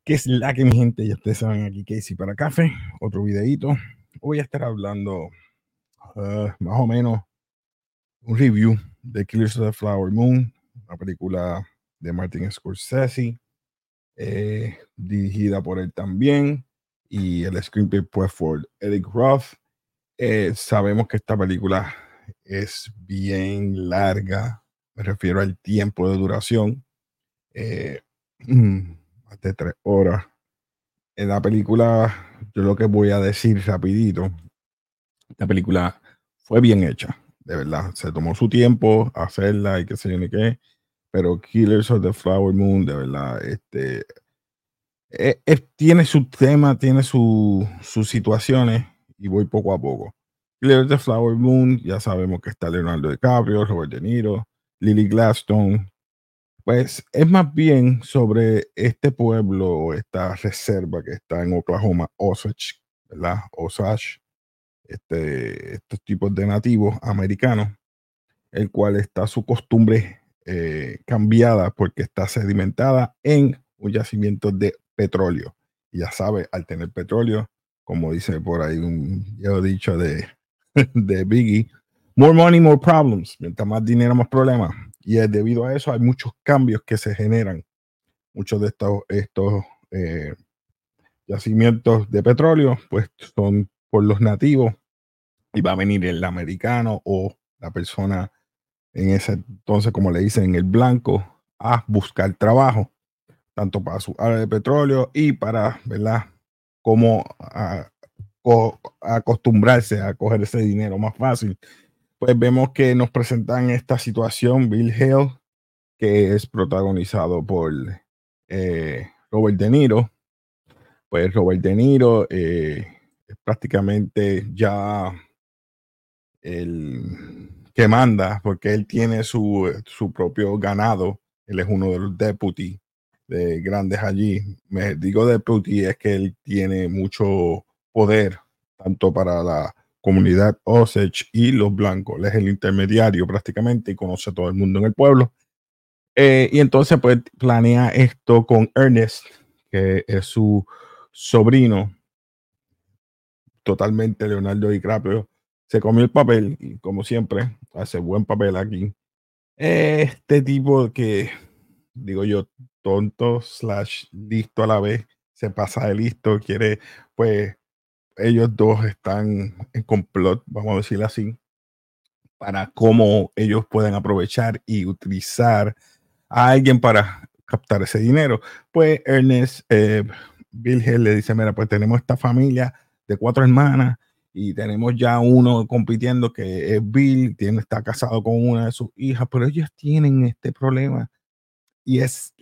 ¿Qué es la que mi gente? Ya ustedes saben aquí Casey para café, otro videito. Voy a estar hablando más o menos un review de Killers of the Flower Moon, una película de Martin Scorsese, dirigida por él también, y el screenplay pues por Eric Roth. Sabemos que esta película es bien larga, me refiero al tiempo de duración, eh, más de 3 horas. En la película, yo lo que voy a decir rapidito, la película fue bien hecha, de verdad. Se tomó su tiempo hacerla y qué sé yo ni qué, pero Killers of the Flower Moon, de verdad, tiene su tema, tiene sus situaciones y voy poco a poco. Killers of the Flower Moon, ya sabemos que está Leonardo DiCaprio, Robert De Niro, Lily Gladstone. Pues es más bien sobre este pueblo o esta reserva que está en Oklahoma, Osage, ¿verdad? Osage, estos tipos de nativos americanos, el cual está su costumbre cambiada porque está sedimentada en un yacimiento de petróleo. Y ya sabe, al tener petróleo, como dice por ahí un viejo dicho de, de Biggie, more money, more problems. Mientras más dinero, más problemas. Y debido a eso hay muchos cambios que se generan. Muchos de estos yacimientos de petróleo, pues son por los nativos y va a venir el americano o la persona en ese entonces, como le dicen, el blanco, a buscar trabajo, tanto para su área de petróleo y para, ¿verdad? Cómo acostumbrarse a coger ese dinero más fácil. Pues vemos que nos presentan esta situación Bill Hale, que es protagonizado por Robert De Niro. Pues Robert De Niro es prácticamente ya el que manda, porque él tiene su propio ganado. Él es uno de los deputy de grandes allí. Me digo deputy es que él tiene mucho poder, tanto para la comunidad Osage y los blancos. Él es el intermediario prácticamente y conoce a todo el mundo en el pueblo. Y entonces pues planea esto con Ernest, que es su sobrino, totalmente Leonardo DiCaprio. Se comió el papel y como siempre hace buen papel aquí. Este tipo que digo yo tonto slash listo a la vez, se pasa de listo, quiere pues ellos dos están en complot, vamos a decirlo así, para cómo ellos pueden aprovechar y utilizar a alguien para captar ese dinero. Pues Ernest, Bill Hill le dice, mira, pues tenemos esta familia de 4 hermanas y tenemos ya uno compitiendo que es Bill, está casado con una de sus hijas, pero ellos tienen este problema y es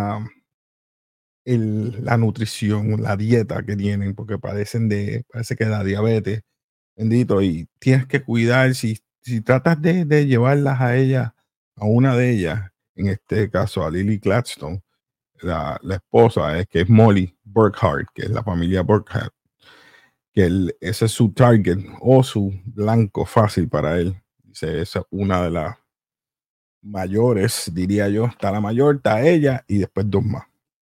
la nutrición, la dieta que tienen, porque parece que da diabetes, bendito, y tienes que cuidar, si tratas de llevarlas a ella, a una de ellas, en este caso a Lily Gladstone, la esposa, es que es Molly Burkhart, que es la familia Burkhart, que ese es su target o su blanco fácil para él. Dice, esa es una de las mayores, diría yo. Está la mayor, está ella y después dos más.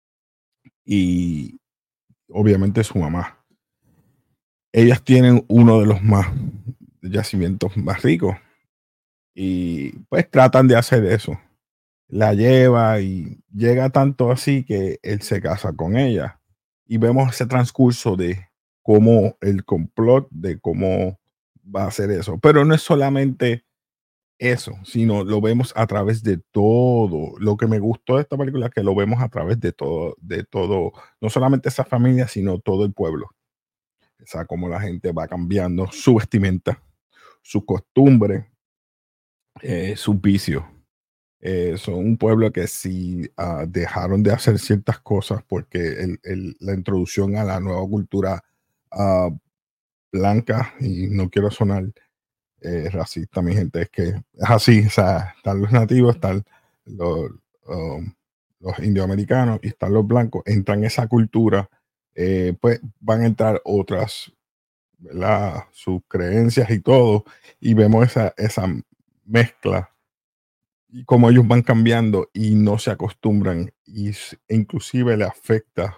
Y obviamente su mamá. Ellas tienen uno de los más yacimientos más ricos y pues tratan de hacer eso. La lleva y llega tanto así que él se casa con ella y vemos ese transcurso de cómo el complot, de cómo va a hacer eso. Pero no es solamente eso, sino lo vemos a través de todo. Lo que me gustó de esta película es que lo vemos a través de todo, no solamente esa familia, sino todo el pueblo. O sea, cómo la gente va cambiando su vestimenta, su costumbre, sus vicios. Son un pueblo que sí dejaron de hacer ciertas cosas porque la introducción a la nueva cultura ah, blanca, y no quiero sonar racista, mi gente, es que es así, o sea, están los nativos, están los, los indioamericanos y están los blancos, entran en esa cultura, pues van a entrar otras, ¿verdad? Sus creencias y todo, y vemos esa mezcla y cómo ellos van cambiando y no se acostumbran e inclusive le afecta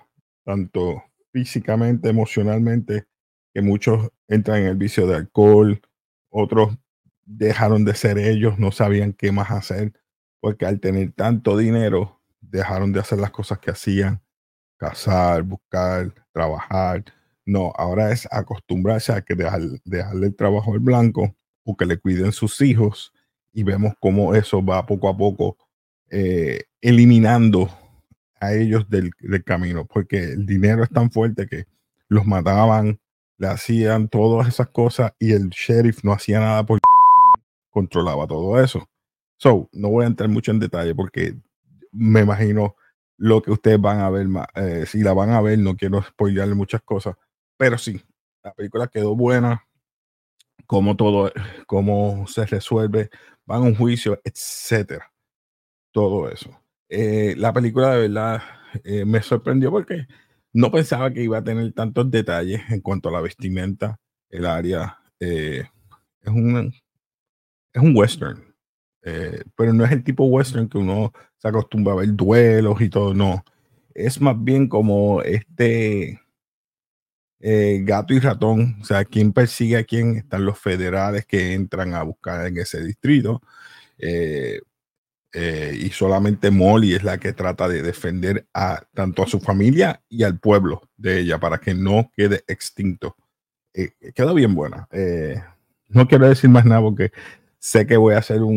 tanto físicamente, emocionalmente, que muchos entran en el vicio de alcohol, otros dejaron de ser ellos, no sabían qué más hacer, porque al tener tanto dinero, dejaron de hacer las cosas que hacían, cazar, buscar, trabajar. No, ahora es acostumbrarse a que dejarle el trabajo al blanco o que le cuiden sus hijos y vemos cómo eso va poco a poco eliminando a ellos del camino, porque el dinero es tan fuerte que los mataban, le hacían todas esas cosas y el sheriff no hacía nada porque controlaba todo eso. So, no voy a entrar mucho en detalle porque me imagino lo que ustedes van a ver, si la van a ver, no quiero spoilearle muchas cosas, pero sí, la película quedó buena, como todo, cómo se resuelve, van a un juicio, etcétera, todo eso. La película de verdad me sorprendió porque no pensaba que iba a tener tantos detalles en cuanto a la vestimenta, el área. Es un es un western, pero no es el tipo western que uno se acostumbra a ver duelos y todo, no. Es más bien como gato y ratón, o sea, quién persigue a quién, están los federales que entran a buscar en ese distrito, eh, y solamente Molly es la que trata de defender a tanto a su familia y al pueblo de ella para que no quede extinto. Queda bien buena. No quiero decir más nada porque sé que voy a hacer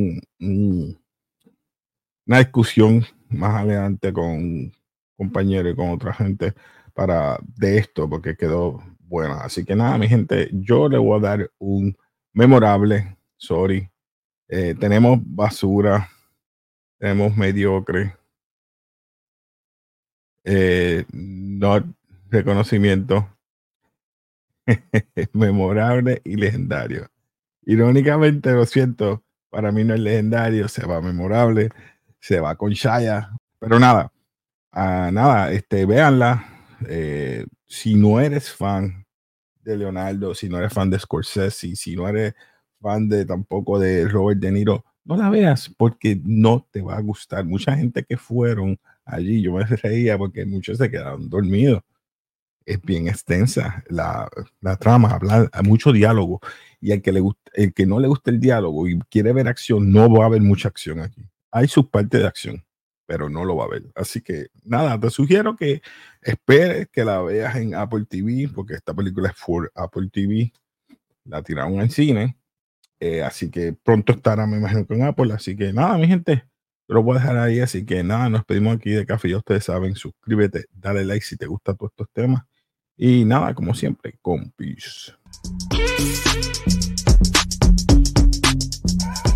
una discusión más adelante con un compañero y con otra gente de esto, porque quedó buena. Así que nada, mi gente, yo le voy a dar un memorable, sorry. Tenemos basura, tenemos mediocre, no reconocimiento, memorable y legendario. Irónicamente, lo siento, para mí no es legendario, se va memorable, se va con Shaya, pero nada, nada, véanla. Si no eres fan de Leonardo, si no eres fan de Scorsese, si no eres fan de tampoco de Robert De Niro, no la veas porque no te va a gustar. Mucha gente que fueron allí, yo me reía porque muchos se quedaron dormidos. Es bien extensa la trama, habla, hay mucho diálogo y el que no le gusta el diálogo y quiere ver acción, no va a haber mucha acción aquí. Hay su parte de acción, pero no lo va a ver. Así que nada, te sugiero que esperes que la veas en Apple TV, porque esta película es for Apple TV, la tiraron en cine, así que pronto estará, me imagino, con Apple. Así que nada, mi gente, yo lo voy a dejar ahí. Así que nada, nos pedimos aquí de café. Ya ustedes saben, suscríbete, dale like si te gustan todos estos temas. Y nada, como siempre, con peace.